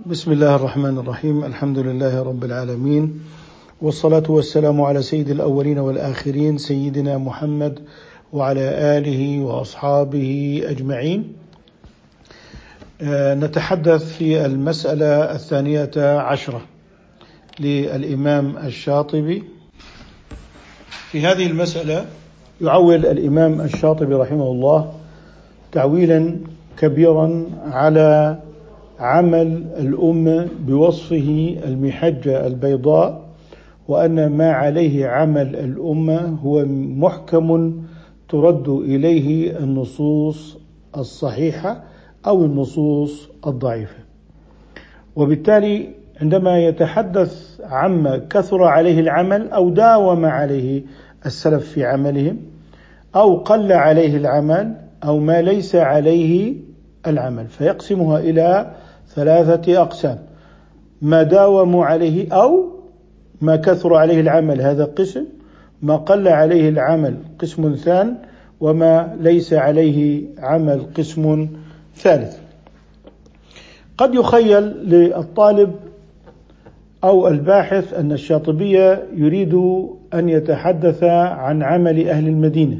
بسم الله الرحمن الرحيم. الحمد لله رب العالمين، والصلاة والسلام على سيد الأولين والآخرين سيدنا محمد وعلى آله وأصحابه أجمعين. نتحدث في المسألة 12 للإمام الشاطبي. في هذه المسألة يعول الإمام الشاطبي رحمه الله تعويلا كبيرا على عمل الأمة بوصفه المحجة البيضاء، وأن ما عليه عمل الأمة هو محكم ترد إليه النصوص الصحيحة أو النصوص الضعيفة. وبالتالي عندما يتحدث عما كثر عليه العمل أو داوم عليه السلف في عملهم، أو قل عليه العمل، أو ما ليس عليه العمل، فيقسمها إلى 3 أقسام: ما داوموا عليه أو ما كثر عليه العمل، هذا قسم; ما قل عليه العمل قسم ثاني; وما ليس عليه عمل قسم ثالث. قد يخيل للطالب أو الباحث أن الشاطبي يريد أن يتحدث عن عمل أهل المدينة،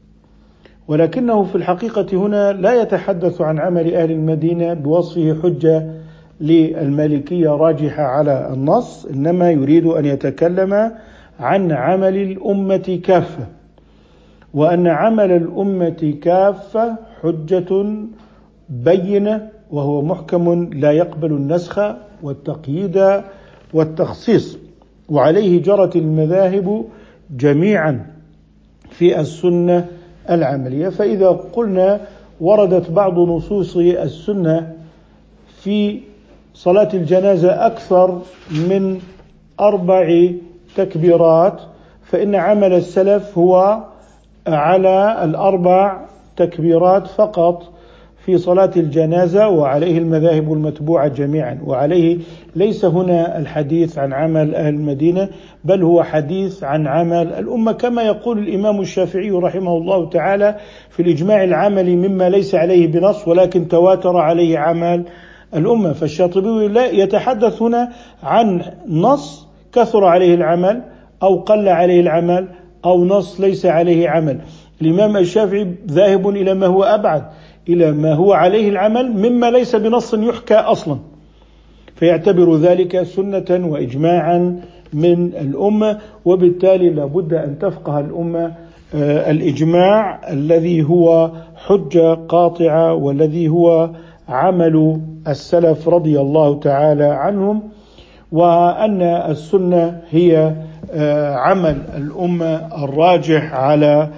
ولكنه في الحقيقة هنا لا يتحدث عن عمل أهل المدينة بوصفه حجة للمالكية راجحة على النص، إنما يريد أن يتكلم عن عمل الأمة كافة، وأن عمل الأمة كافة حجة بينة، وهو محكم لا يقبل النسخ والتقييد والتخصيص، وعليه جرت المذاهب جميعا في السنة العملية. فإذا قلنا وردت بعض نصوص السنة في صلاة الجنازة أكثر من 4 تكبيرات، فإن عمل السلف هو على 4 تكبيرات فقط في صلاة الجنازة، وعليه المذاهب المتبوعة جميعا، وعليه ليس هنا الحديث عن عمل أهل المدينة، بل هو حديث عن عمل الأمة، كما يقول الإمام الشافعي رحمه الله تعالى في الإجماع العملي مما ليس عليه بنص ولكن تواتر عليه عمل الأمة. فالشاطبي لا يتحدث هنا عن نص كثر عليه العمل أو قل عليه العمل، أو نص ليس عليه عمل. الإمام الشافعي ذاهب إلى ما هو أبعد، إلى ما هو عليه العمل مما ليس بنص يحكى أصلا، فيعتبر ذلك سنة وإجماعا من الأمة. وبالتالي لابد أن تفقه الأمة الإجماع الذي هو حجة قاطعة، والذي هو عمل السلف رضي الله تعالى عنهم، وأن السنة هي عمل الأمة الراجح على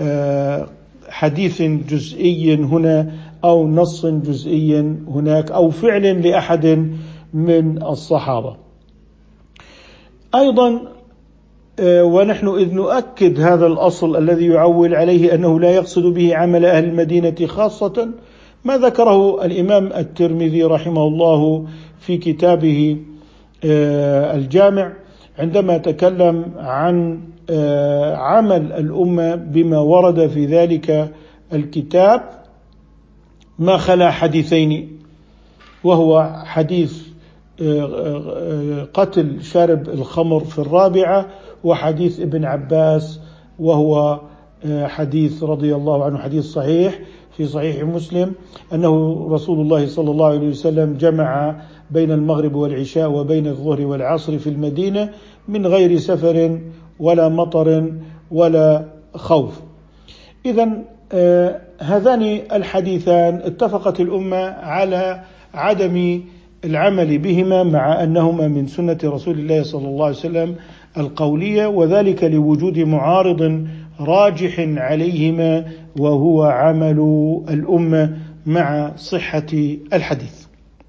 حديث جزئي هنا أو نص جزئي هناك أو فعل لأحد من الصحابة. أيضا ونحن إذ نؤكد هذا الأصل الذي يعول عليه أنه لا يقصد به عمل أهل المدينة خاصة، ما ذكره الإمام الترمذي رحمه الله في كتابه الجامع، عندما تكلم عن عمل الأمة بما ورد في ذلك الكتاب، ما خلا حديثين، وهو حديث قتل شارب الخمر في 4، وحديث ابن عباس، وهو حديث رضي الله عنه حديث صحيح في صحيح مسلم، أنه رسول الله صلى الله عليه وسلم جمع بين المغرب والعشاء وبين الظهر والعصر في المدينة من غير سفر ولا مطر ولا خوف. إذن هذان الحديثان اتفقت الأمة على عدم العمل بهما، مع أنهما من سنة رسول الله صلى الله عليه وسلم القولية، وذلك لوجود معارض راجح عليهما، وهو عمل الأمة مع صحة الحديث.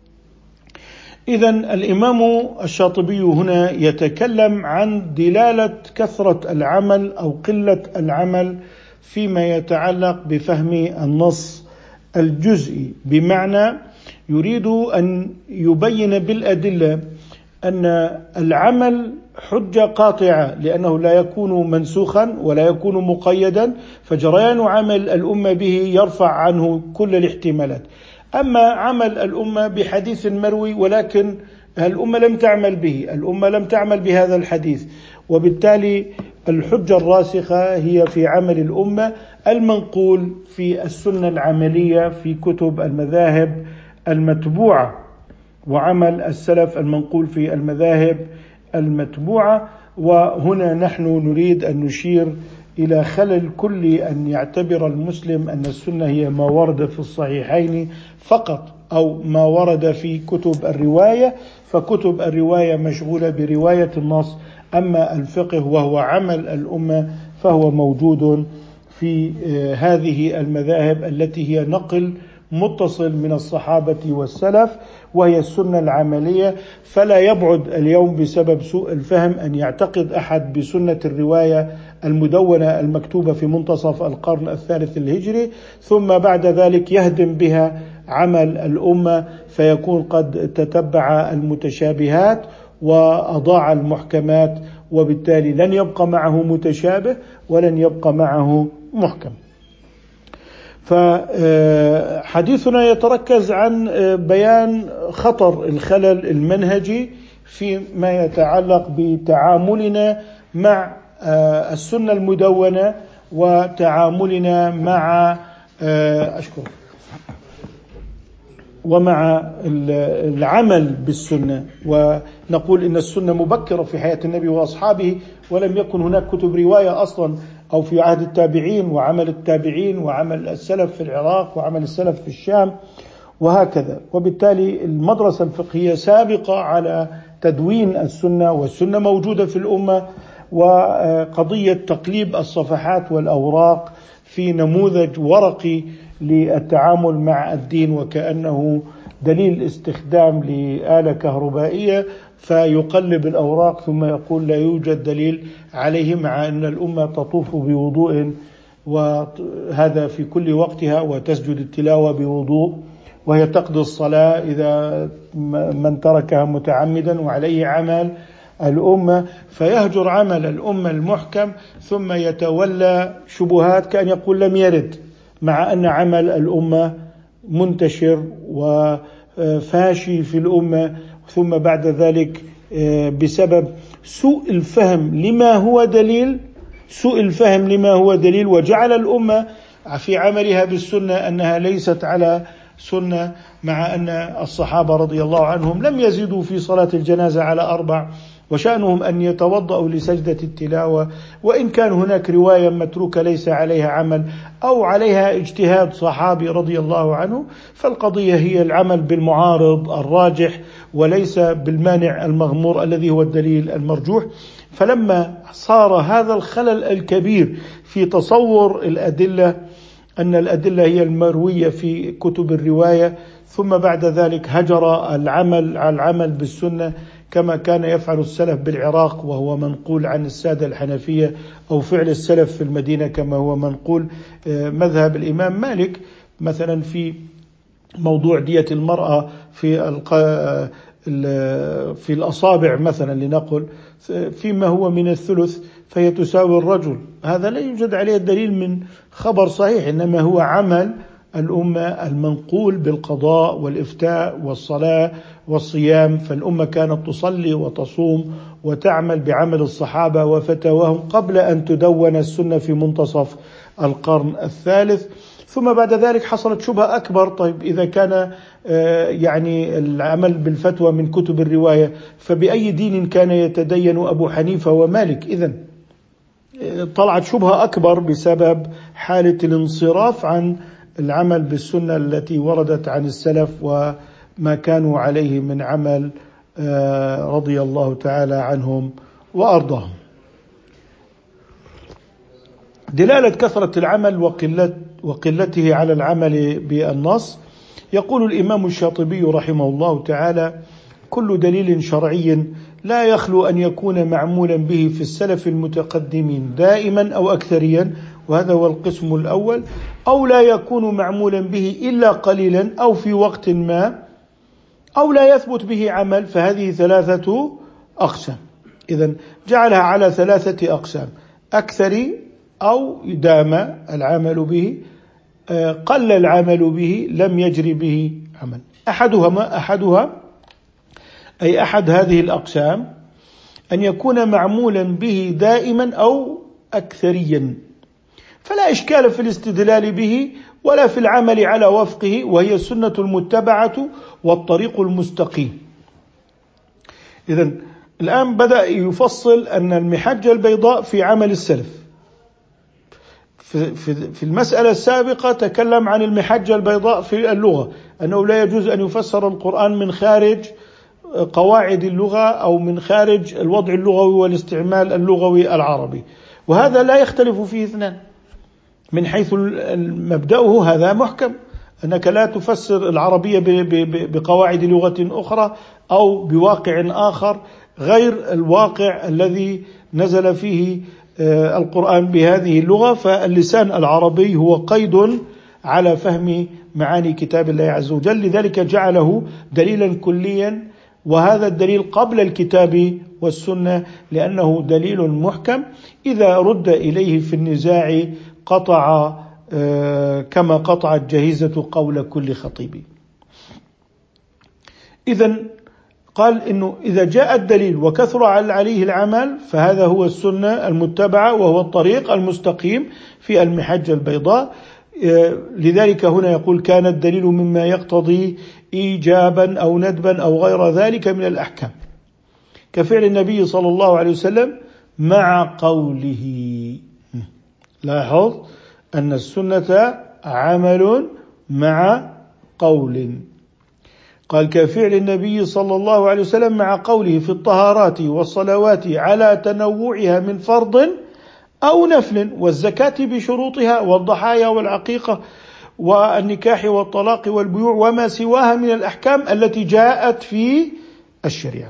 إذن الإمام الشاطبي هنا يتكلم عن دلالة كثرة العمل أو قلة العمل فيما يتعلق بفهم النص الجزئي، بمعنى يريد أن يبين بالأدلة أن العمل حجة قاطعة، لأنه لا يكون منسوخا ولا يكون مقيدا، فجريان عمل الأمة به يرفع عنه كل الاحتمالات. أما عمل الأمة بحديث مروي ولكن الأمة لم تعمل به، الأمة لم تعمل بهذا الحديث، وبالتالي الحجة الراسخة هي في عمل الأمة المنقول في السنة العملية في كتب المذاهب المتبوعة، وعمل السلف المنقول في المذاهب المتبوعة. وهنا نحن نريد أن نشير إلى خلل كلي، أن يعتبر المسلم أن السنة هي ما ورد في الصحيحين فقط أو ما ورد في كتب الرواية، فكتب الرواية مشغولة برواية النص، أما الفقه وهو عمل الأمة فهو موجود في هذه المذاهب التي هي نقل متصل من الصحابة والسلف، وهي السنة العملية. فلا يبعد اليوم بسبب سوء الفهم أن يعتقد أحد بسنة الرواية المدونة المكتوبة في منتصف القرن الثالث الهجري، ثم بعد ذلك يهدم بها عمل الأمة، فيكون قد تتبع المتشابهات وأضاع المحكمات، وبالتالي لن يبقى معه متشابه ولن يبقى معه محكم. فحديثنا يتركز عن بيان خطر الخلل المنهجي فيما يتعلق بتعاملنا مع السنة المدونة وتعاملنا مع ومع العمل بالسنة. ونقول إن السنة مبكرة في حياة النبي وأصحابه، ولم يكن هناك كتب رواية أصلا، أو في عهد التابعين وعمل التابعين وعمل السلف في العراق وعمل السلف في الشام وهكذا. وبالتالي المدرسة الفقهية سابقة على تدوين السنة، والسنة موجودة في الأمة. وقضية تقليب الصفحات والأوراق في نموذج ورقي للتعامل مع الدين وكأنه دليل استخدام لآلة كهربائية، فيقلب الأوراق ثم يقول لا يوجد دليل عليه، مع أن الأمة تطوف بوضوء وهذا في كل وقتها، وتسجد التلاوة بوضوء، وهي تقضي الصلاة إذا من تركها متعمدا، وعليه عمل الأمة. فيهجر عمل الأمة المحكم ثم يتولى شبهات كأن يقول لم يرد، مع أن عمل الأمة منتشر وفاشي في الأمة. ثم بعد ذلك بسبب سوء الفهم لما هو دليل وجعل الأمة في عملها بالسنة أنها ليست على سنة، مع أن الصحابة رضي الله عنهم لم يزيدوا في صلاة الجنازة على 4، وشأنهم أن يتوضأوا لسجدة التلاوة، وإن كان هناك رواية متروكة ليس عليها عمل أو عليها اجتهاد صحابي رضي الله عنه، فالقضية هي العمل بالمعارض الراجح وليس بالمانع المغمور الذي هو الدليل المرجوح. فلما صار هذا الخلل الكبير في تصور الأدلة، أن الأدلة هي المروية في كتب الرواية، ثم بعد ذلك هجر العمل بالسنة كما كان يفعل السلف بالعراق وهو منقول عن السادة الحنفية، أو فعل السلف في المدينة كما هو منقول مذهب الإمام مالك مثلا في موضوع دية المرأة في الأصابع مثلا لنقل، فيما هو من الثلث فهي تساوي الرجل. هذا لا يوجد عليه دليل من خبر صحيح، إنما هو عمل الأمة المنقول بالقضاء والإفتاء والصلاة والصيام. فالأمة كانت تصلي وتصوم وتعمل بعمل الصحابة وفتواهم قبل أن تدون السنة في منتصف القرن الثالث. ثم بعد ذلك حصلت شبهة أكبر، طيب إذا كان يعني العمل بالفتوى من كتب الرواية، فبأي دين كان يتدين أبو حنيفة ومالك؟ إذن طلعت شبهة أكبر بسبب حالة الانصراف عن العمل بالسنة التي وردت عن السلف وما كانوا عليه من عمل رضي الله تعالى عنهم وأرضاهم. دلالة كثرة العمل وقلته على العمل بالنص، يقول الإمام الشاطبي رحمه الله تعالى: كل دليل شرعي لا يخلو أن يكون معمولا به في السلف المتقدمين دائما أو أكثريا، وهذا هو القسم الأول، أو لا يكون معمولا به إلا قليلا أو في وقت ما، أو لا يثبت به عمل، فهذه 3 أقسام. إذن جعلها على 3 أقسام: أكثر أو دام العمل به، قل العمل به، لم يجري به عمل. أحدها أي أحد هذه الأقسام أن يكون معمولا به دائما أو أكثريا، فلا إشكال في الاستدلال به ولا في العمل على وفقه، وهي السنة المتبعة والطريق المستقيم. إذن الآن بدأ يفصل أن المحجة البيضاء في عمل السلف. في المسألة السابقة تكلم عن المحجة البيضاء في اللغة، أنه لا يجوز أن يفسر القرآن من خارج قواعد اللغة أو من خارج الوضع اللغوي والاستعمال اللغوي العربي، وهذا لا يختلف فيه اثنان. من حيث مبدأه هذا محكم، أنك لا تفسر العربية بقواعد لغة أخرى أو بواقع آخر غير الواقع الذي نزل فيه القرآن بهذه اللغة. فاللسان العربي هو قيد على فهم معاني كتاب الله عز وجل، لذلك جعله دليلا كليا، وهذا الدليل قبل الكتاب والسنة، لأنه دليل محكم إذا رد إليه في النزاع قطع كما قطعت جهيزة قول كل خطيب. إذن قال إنه إذا جاء الدليل وكثر عليه العمل فهذا هو السنة المتبعة، وهو الطريق المستقيم في المحجة البيضاء. لذلك هنا يقول كان الدليل مما يقتضي إيجابا أو ندبا أو غير ذلك من الأحكام، كفعل النبي صلى الله عليه وسلم مع قوله. لاحظ أن السنة عمل مع قول. قال كفعل النبي صلى الله عليه وسلم مع قوله في الطهارات والصلوات على تنوعها من فرض أو نفل، والزكاة بشروطها، والضحايا والعقيقة والنكاح والطلاق والبيوع وما سواها من الأحكام التي جاءت في الشريعة.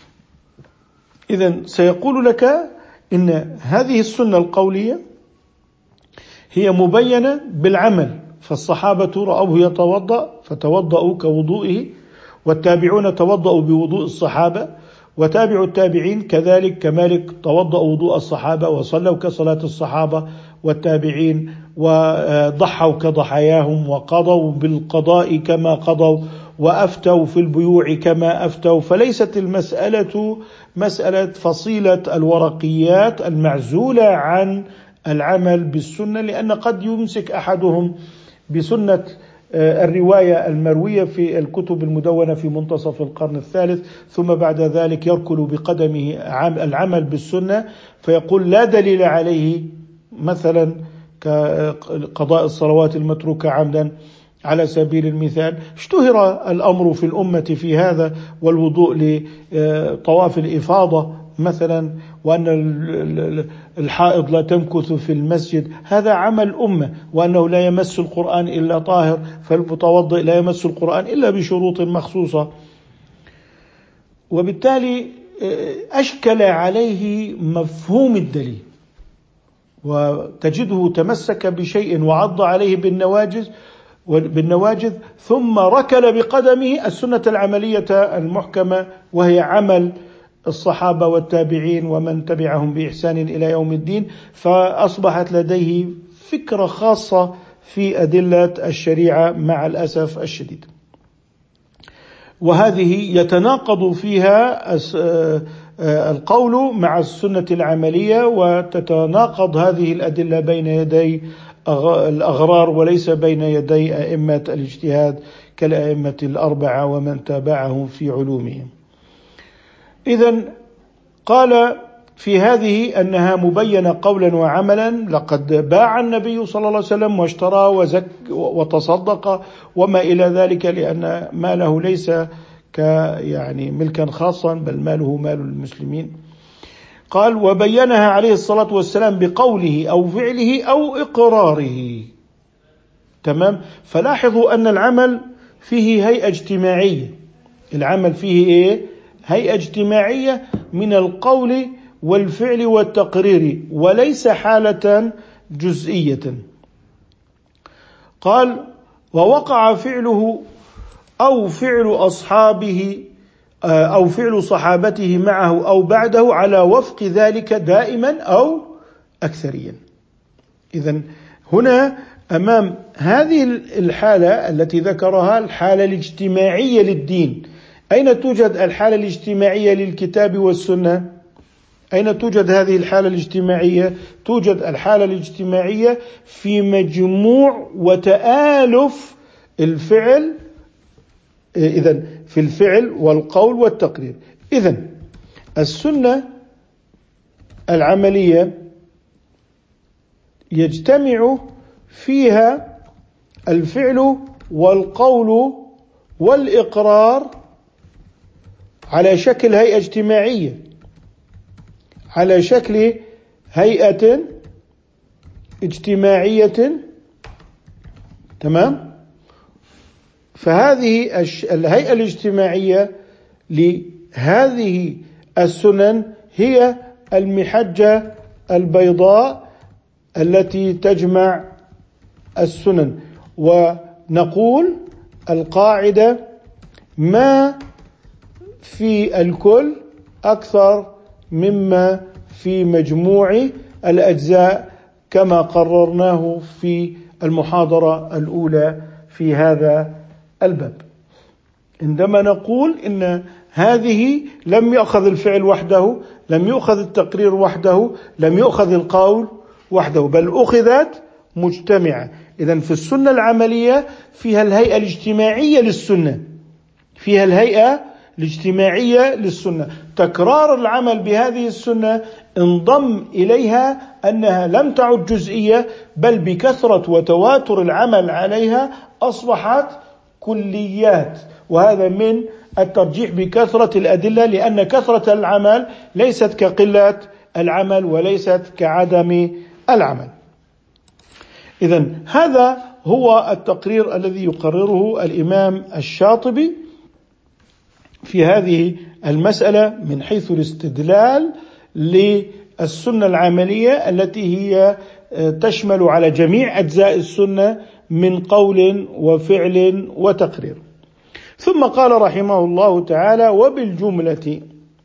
إذن سيقول لك إن هذه السنة القولية هي مبينة بالعمل، فالصحابة رأوه يتوضأ فتوضأوا كوضوئه، والتابعون توضأوا بوضوء الصحابة، وتابعوا التابعين كذلك كمالك توضأوا وضوء الصحابة وصلوا كصلاة الصحابة والتابعين، وضحوا كضحاياهم، وقضوا بالقضاء كما قضوا، وأفتوا في البيوع كما أفتوا. فليست المسألة مسألة فصيلة الورقيات المعزولة عن العمل بالسنة، لأن قد يمسك أحدهم بسنة الرواية المروية في الكتب المدونة في منتصف القرن الثالث، ثم بعد ذلك يركل بقدمه العمل بالسنة فيقول لا دليل عليه، مثلا كقضاء الصلوات المتروكة عمدا على سبيل المثال. اشتهر الأمر في الأمة في هذا، والوضوء لطواف الإفاضة مثلا، وأن الحائض لا تمكث في المسجد، هذا عمل أمة، وأنه لا يمس القرآن إلا طاهر، فالمتوضئ لا يمس القرآن إلا بشروط مخصوصة. وبالتالي أشكل عليه مفهوم الدليل، وتجده تمسك بشيء وعض عليه بالنواجذ ثم ركل بقدمه السنة العملية المحكمة، وهي عمل الصحابة والتابعين ومن تبعهم بإحسان إلى يوم الدين. فأصبحت لديه فكرة خاصة في أدلة الشريعة مع الأسف الشديد، وهذه يتناقض فيها القول مع السنة العملية، وتتناقض هذه الأدلة بين يدي الأغرار وليس بين يدي أئمة الاجتهاد كالأئمة الأربعة ومن تابعهم في علومهم. إذن قال في هذه أنها مبينة قولا وعملا. لقد باع النبي صلى الله عليه وسلم واشترى وتصدق وما إلى ذلك، لأن ماله ليس يعني ملكا خاصا، بل ماله مال المسلمين. قال وبينها عليه الصلاة والسلام بقوله أو فعله أو إقراره. تمام. فلاحظوا أن العمل فيه هيئة اجتماعية، العمل فيه إيه؟ هيئة اجتماعية من القول والفعل والتقرير، وليس حالة جزئية. قال ووقع فعله أو فعل أصحابه أو فعل صحابته معه أو بعده على وفق ذلك دائما أو أكثريا. إذن هنا أمام هذه الحالة التي ذكرها، الحالة الاجتماعية للدين. أين توجد الحالة الاجتماعية للكتاب والسنة؟ أين توجد هذه الحالة الاجتماعية؟ توجد الحالة الاجتماعية في مجموع وتآلف الفعل، إذن في الفعل والقول والتقرير. إذن السنة العملية يجتمع فيها الفعل والقول والإقرار على شكل هيئة اجتماعية، على شكل هيئة اجتماعية. تمام؟ فهذه الهيئة الاجتماعية لهذه السنن هي المحجة البيضاء التي تجمع السنن. ونقول القاعدة: ما في الكل أكثر مما في مجموع الأجزاء، كما قررناه في المحاضرة الأولى في هذا الباب. عندما نقول إن هذه لم يأخذ الفعل وحده، لم يأخذ التقرير وحده، لم يأخذ القول وحده، بل أخذت مجتمعة. إذن في السنة العملية فيها الهيئة الاجتماعية للسنة، فيها الهيئة الاجتماعية للسنة. تكرار العمل بهذه السنة انضم إليها أنها لم تعد جزئية، بل بكثرة وتواتر العمل عليها أصبحت كليات. وهذا من الترجيح بكثرة الأدلة، لأن كثرة العمل ليست كقلة العمل وليست كعدم العمل. إذن هذا هو التقرير الذي يقرره الإمام الشاطبي في هذه المسألة من حيث الاستدلال للسنة العملية التي هي تشمل على جميع أجزاء السنة من قول وفعل وتقرير. ثم قال رحمه الله تعالى: وبالجملة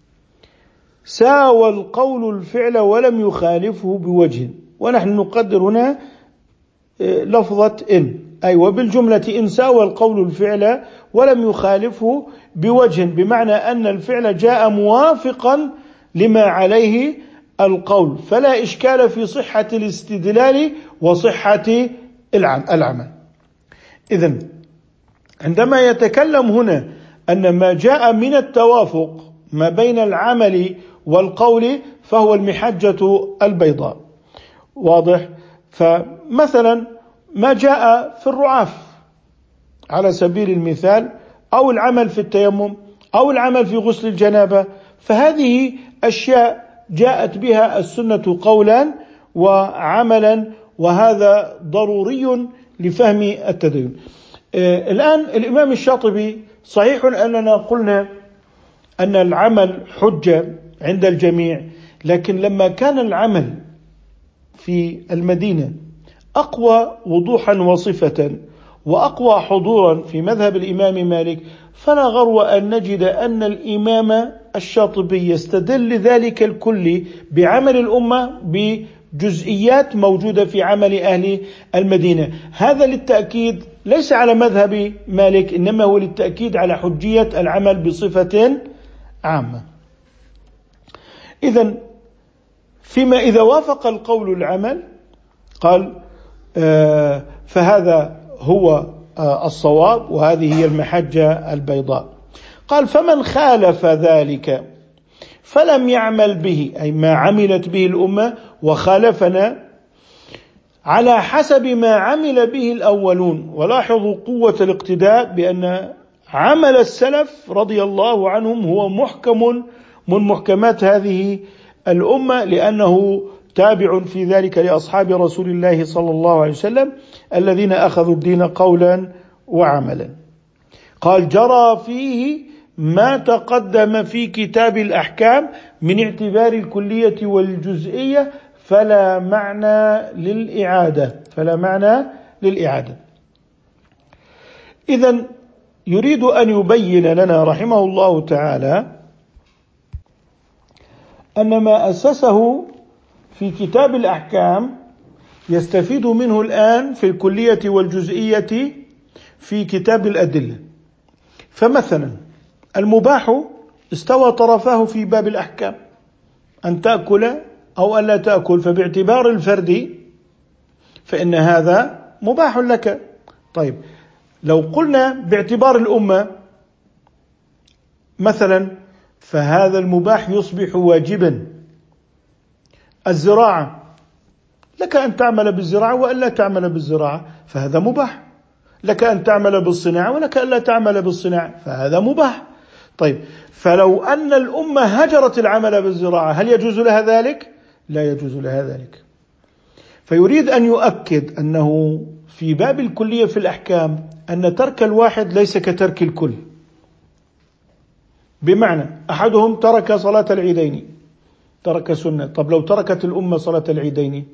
ساوى القول الفعل ولم يخالفه بوجه. ونحن نقدر هنا لفظة إن، أي وبالجملة إن ساوى القول الفعل ولم يخالفه بوجه، بمعنى أن الفعل جاء موافقا لما عليه القول، فلا إشكال في صحة الاستدلال وصحة العمل. إذن عندما يتكلم هنا أن ما جاء من التوافق ما بين العمل والقول فهو المحجة البيضاء. واضح؟ فمثلا ما جاء في الرعاف على سبيل المثال، أو العمل في التيمم، أو العمل في غسل الجنابة، فهذه أشياء جاءت بها السنة قولا وعملا، وهذا ضروري لفهم التدين. الآن الإمام الشاطبي صحيح أننا قلنا أن العمل حجة عند الجميع، لكن لما كان العمل في المدينة أقوى وضوحا وصفة وأقوى حضورا في مذهب الإمام مالك، فلا غرو أن نجد أن الإمام الشاطبي يستدل ذلك الكل بعمل الأمة بجزئيات موجودة في عمل أهل المدينة. هذا للتأكيد ليس على مذهب مالك، إنما هو للتأكيد على حجية العمل بصفة عامة. إذن فيما إذا وافق القول العمل قال فهذا هو الصواب، وهذه هي المحجة البيضاء. قال: فمن خالف ذلك فلم يعمل به، أي ما عملت به الأمة، وخالفنا على حسب ما عمل به الأولون. ولاحظوا قوة الاقتداء بأن عمل السلف رضي الله عنهم هو محكم من محكمات هذه الأمة، لأنه تابع في ذلك لأصحاب رسول الله صلى الله عليه وسلم الذين أخذوا الدين قولا وعملا. قال: جرى فيه ما تقدم في كتاب الأحكام من اعتبار الكلية والجزئية، فلا معنى للإعادة. إذن يريد أن يبين لنا رحمه الله تعالى أن ما أسسه في كتاب الأحكام يستفيد منه الآن في الكلية والجزئية في كتاب الأدلة. فمثلا المباح استوى طرفاه في باب الأحكام، أن تأكل أو أن لا تأكل، فباعتبار الفرد فإن هذا مباح لك. طيب لو قلنا باعتبار الأمة مثلا، فهذا المباح يصبح واجبا. الزراعة، لك أن تعمل بالزراعة وأن لا تعمل بالزراعة، فهذا مباح. لك أن تعمل بالصناعة ولك أن لا تعمل بالصناعة، فهذا مباح. طيب فلو أن الأمة هجرت العمل بالزراعة، هل يجوز لها ذلك؟ لا يجوز لها ذلك. فيريد أن يؤكد أنه في باب الكلية في الأحكام أن ترك الواحد ليس كترك الكل. بمعنى أحدهم ترك صلاة العيدين، ترك سنة. طب لو تركت الأمة صلاة العيدين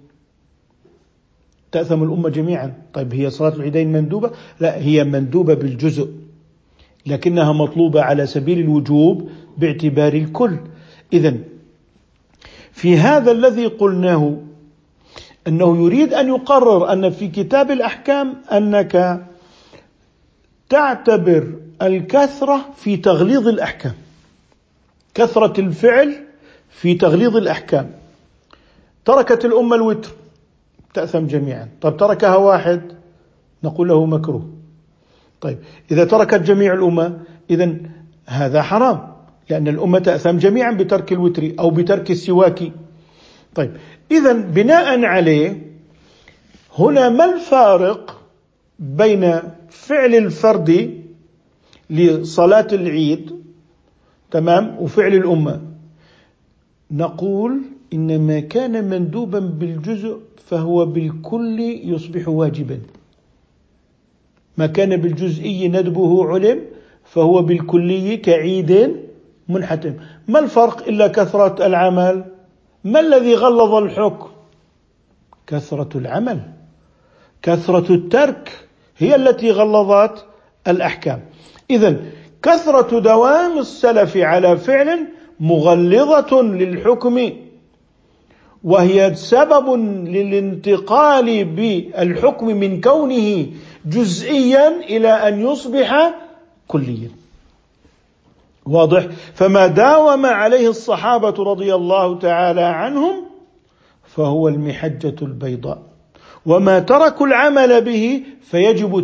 تأثم الأمة جميعا. طيب هي صلاة العيدين مندوبة؟ لا، هي مندوبة بالجزء، لكنها مطلوبة على سبيل الوجوب باعتبار الكل. إذن في هذا الذي قلناه أنه يريد أن يقرر أن في كتاب الأحكام أنك تعتبر الكثرة في تغليظ الأحكام، كثرة الفعل في تغليظ الأحكام. تركت الأمة الوتر تأثم جميعا. طيب تركها واحد نقول له مكروه. طيب إذا تركت جميع الأمة إذن هذا حرام، لأن الأمة تأثم جميعا بترك الوتر أو بترك السواك. طيب إذن بناء عليه هنا ما الفارق بين فعل الفرد لصلاة العيد تمام وفعل الأمة؟ نقول إن ما كان مندوبا بالجزء فهو بالكل يصبح واجبا، ما كان بالجزئي ندبه علم فهو بالكلي كعيد منحتم. ما الفرق إلا كثرة العمل؟ ما الذي غلظ الحكم؟ كثرة العمل، كثرة الترك هي التي غلظت الأحكام. إذن كثرة دوام السلف على فعل مغلظة للحكم، وهي سبب للانتقال بالحكم من كونه جزئيا إلى أن يصبح كليا. واضح؟ فما داوم عليه الصحابة رضي الله تعالى عنهم فهو المحجة البيضاء، وما تركوا العمل به فيجب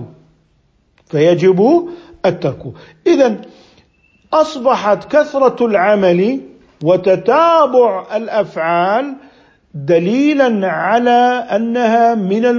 الترك. إذن أصبحت كثرة العمل وتتابع الأفعال دليلا على أنها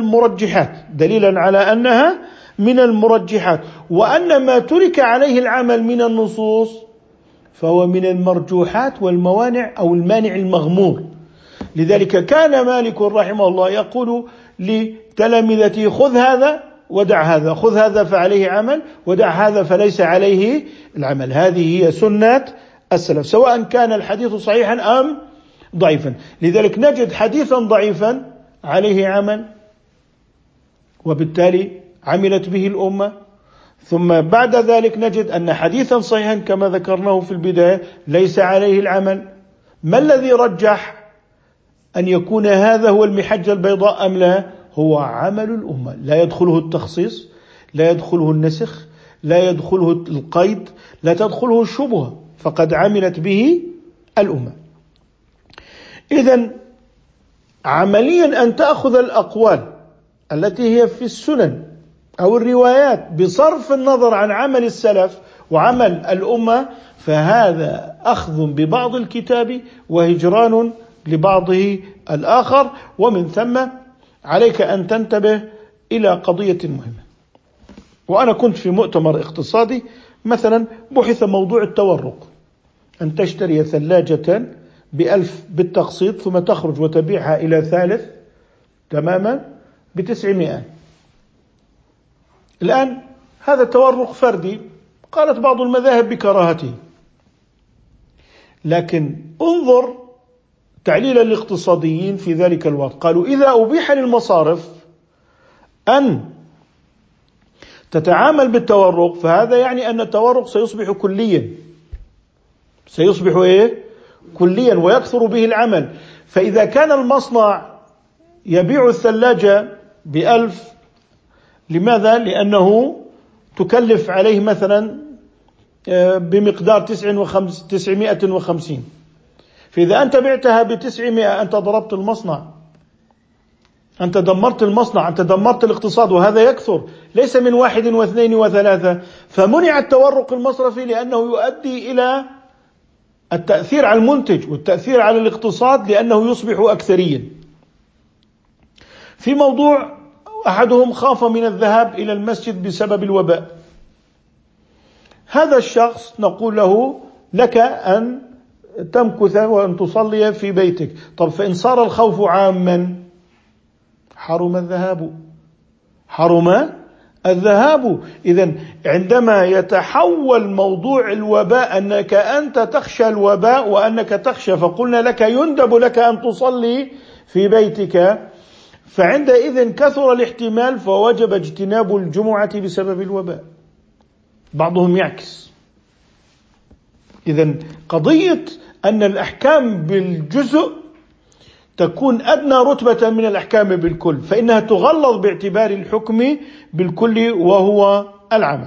من المرجحات، وأن ما ترك عليه العمل من النصوص فهو من المرجوحات والموانع أو المانع المغمور. لذلك كان مالك رحمه الله يقول لتلامذته: خذ هذا ودع هذا، خذ هذا فعليه عمل ودع هذا فليس عليه العمل. هذه هي سنة السلف، سواء كان الحديث صحيحا أم ضعيفا. لذلك نجد حديثا ضعيفا عليه عمل وبالتالي عملت به الأمة، ثم بعد ذلك نجد أن حديثا صحيحا كما ذكرناه في البداية ليس عليه العمل. ما الذي رجح أن يكون هذا هو المحجة البيضاء أم لا؟ هو عمل الأمة، لا يدخله التخصيص، لا يدخله النسخ، لا يدخله القيد، لا تدخله الشبهة، فقد عملت به الأمة. إذن عمليا أن تأخذ الأقوال التي هي في السنن أو الروايات بصرف النظر عن عمل السلف وعمل الأمة، فهذا أخذ ببعض الكتاب وهجران لبعضه الآخر. ومن ثم عليك أن تنتبه إلى قضية مهمة. وأنا كنت في مؤتمر اقتصادي مثلا بحث موضوع التورق، أن تشتري ثلاجة ب1000 بالتقسيط ثم تخرج وتبيعها إلى ثالث تماما ب900. الآن هذا تورق فردي، قالت بعض المذاهب بكراهته، لكن انظر تعليل الاقتصاديين في ذلك الوقت. قالوا إذا أبيح للمصارف أن تتعامل بالتورق فهذا يعني أن التورق سيصبح كليا، كليا ويكثر به العمل. فإذا كان المصنع يبيع الثلاجة ب1,000. لماذا؟ لأنه تكلف عليه مثلا بمقدار 950. فإذا أنت بعتها ب900 أنت ضربت المصنع، أنت دمرت المصنع، أنت دمرت الاقتصاد، وهذا يكثر ليس من 1 و2 و3. فمنع التورق المصرفي لأنه يؤدي إلى التأثير على المنتج والتأثير على الاقتصاد، لأنه يصبح أكثريا. في موضوع أحدهم خاف من الذهاب إلى المسجد بسبب الوباء. هذا الشخص نقول له لك أن تمكث وأن تصلي في بيتك. طب فإن صار الخوف عاما حرم الذهاب. إذن عندما يتحول موضوع الوباء أنك أنت تخشى الوباء وأنك تخشى، فقلنا لك يندب لك أن تصلي في بيتك، فعندئذ كثر الاحتمال فوجب اجتناب الجمعة بسبب الوباء. بعضهم يعكس. إذن قضية أن الأحكام بالجزء تكون أدنى رتبة من الأحكام بالكل، فإنها تغلظ باعتبار الحكم بالكل وهو العمل.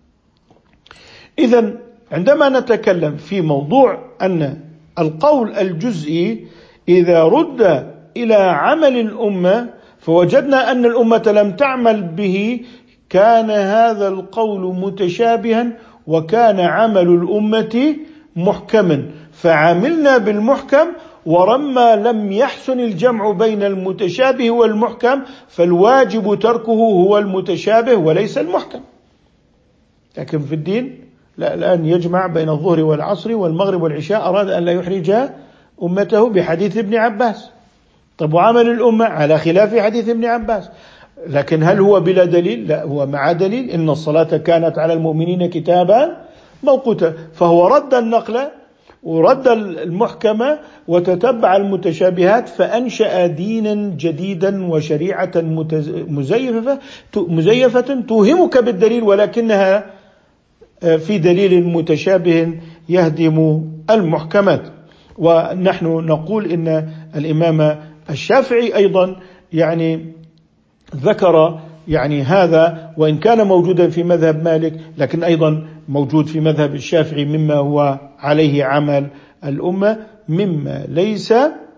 إذن عندما نتكلم في موضوع أن القول الجزئي إذا رد إلى عمل الأمة فوجدنا أن الأمة لم تعمل به، كان هذا القول متشابها وكان عمل الأمة محكما، فعملنا بالمحكم. ورما لم يحسن الجمع بين المتشابه والمحكم فالواجب تركه هو المتشابه وليس المحكم. لكن في الدين لا، الآن يجمع بين الظهر والعصر والمغرب والعشاء، أراد أن لا يحرج أمته بحديث ابن عباس. طب وعمل الأمة على خلاف حديث ابن عباس، لكن هل هو بلا دليل؟ لا، هو مع دليل. إن الصلاة كانت على المؤمنين كتابا موقوتا. فهو رد النقل ورد المحكمة وتتبع المتشابهات، فأنشأ دينا جديدا وشريعة مزيفة توهمك بالدليل ولكنها في دليل متشابه يهدم المحكمات. ونحن نقول إن الإمام الشافعي أيضا ذكر هذا، وإن كان موجودا في مذهب مالك لكن أيضا موجود في مذهب الشافعي مما هو عليه عمل الأمة، مما ليس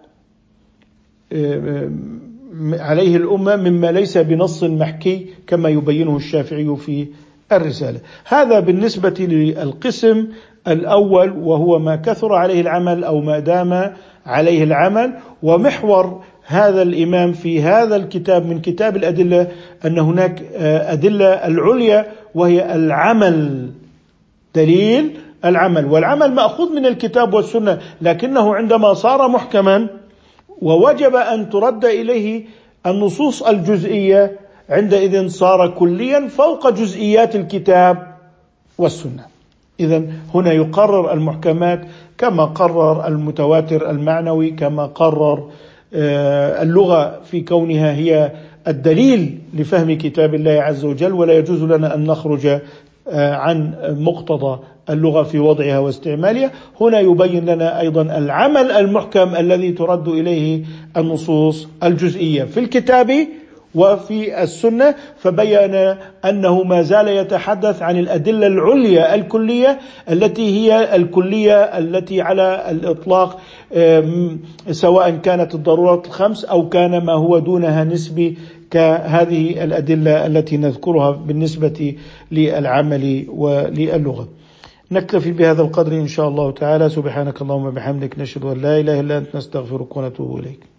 عليه الأمة، مما ليس بنص محكي كما يبينه الشافعي في الرسالة. هذا بالنسبة للقسم الأول، وهو ما كثر عليه العمل أو ما دام عليه العمل. ومحور هذا الإمام في هذا الكتاب من كتاب الأدلة أن هناك أدلة العليا وهي العمل، دليل العمل، والعمل مأخوذ من الكتاب والسنة، لكنه عندما صار محكما ووجب أن ترد إليه النصوص الجزئية عندئذ صار كليا فوق جزئيات الكتاب والسنة. إذن هنا يقرر المحكمات كما قرر المتواتر المعنوي، كما قرر اللغة في كونها هي الدليل لفهم كتاب الله عز وجل، ولا يجوز لنا أن نخرج عن مقتضى اللغة في وضعها واستعمالها. هنا يبين لنا أيضا العمل المحكم الذي ترد إليه النصوص الجزئية في الكتاب وفي السنة، فبين أنه ما زال يتحدث عن الأدلة العليا الكلية التي هي الكلية التي على الإطلاق، سواء كانت الضرورات الخمس أو كان ما هو دونها نسبي كهذه الأدلة التي نذكرها بالنسبة للعمل وللغة. نكتفي بهذا القدر إن شاء الله تعالى. سبحانك اللهم وبحمدك، نشهد أن لا إله إلا أنت، نستغفرك ونتوب إليك.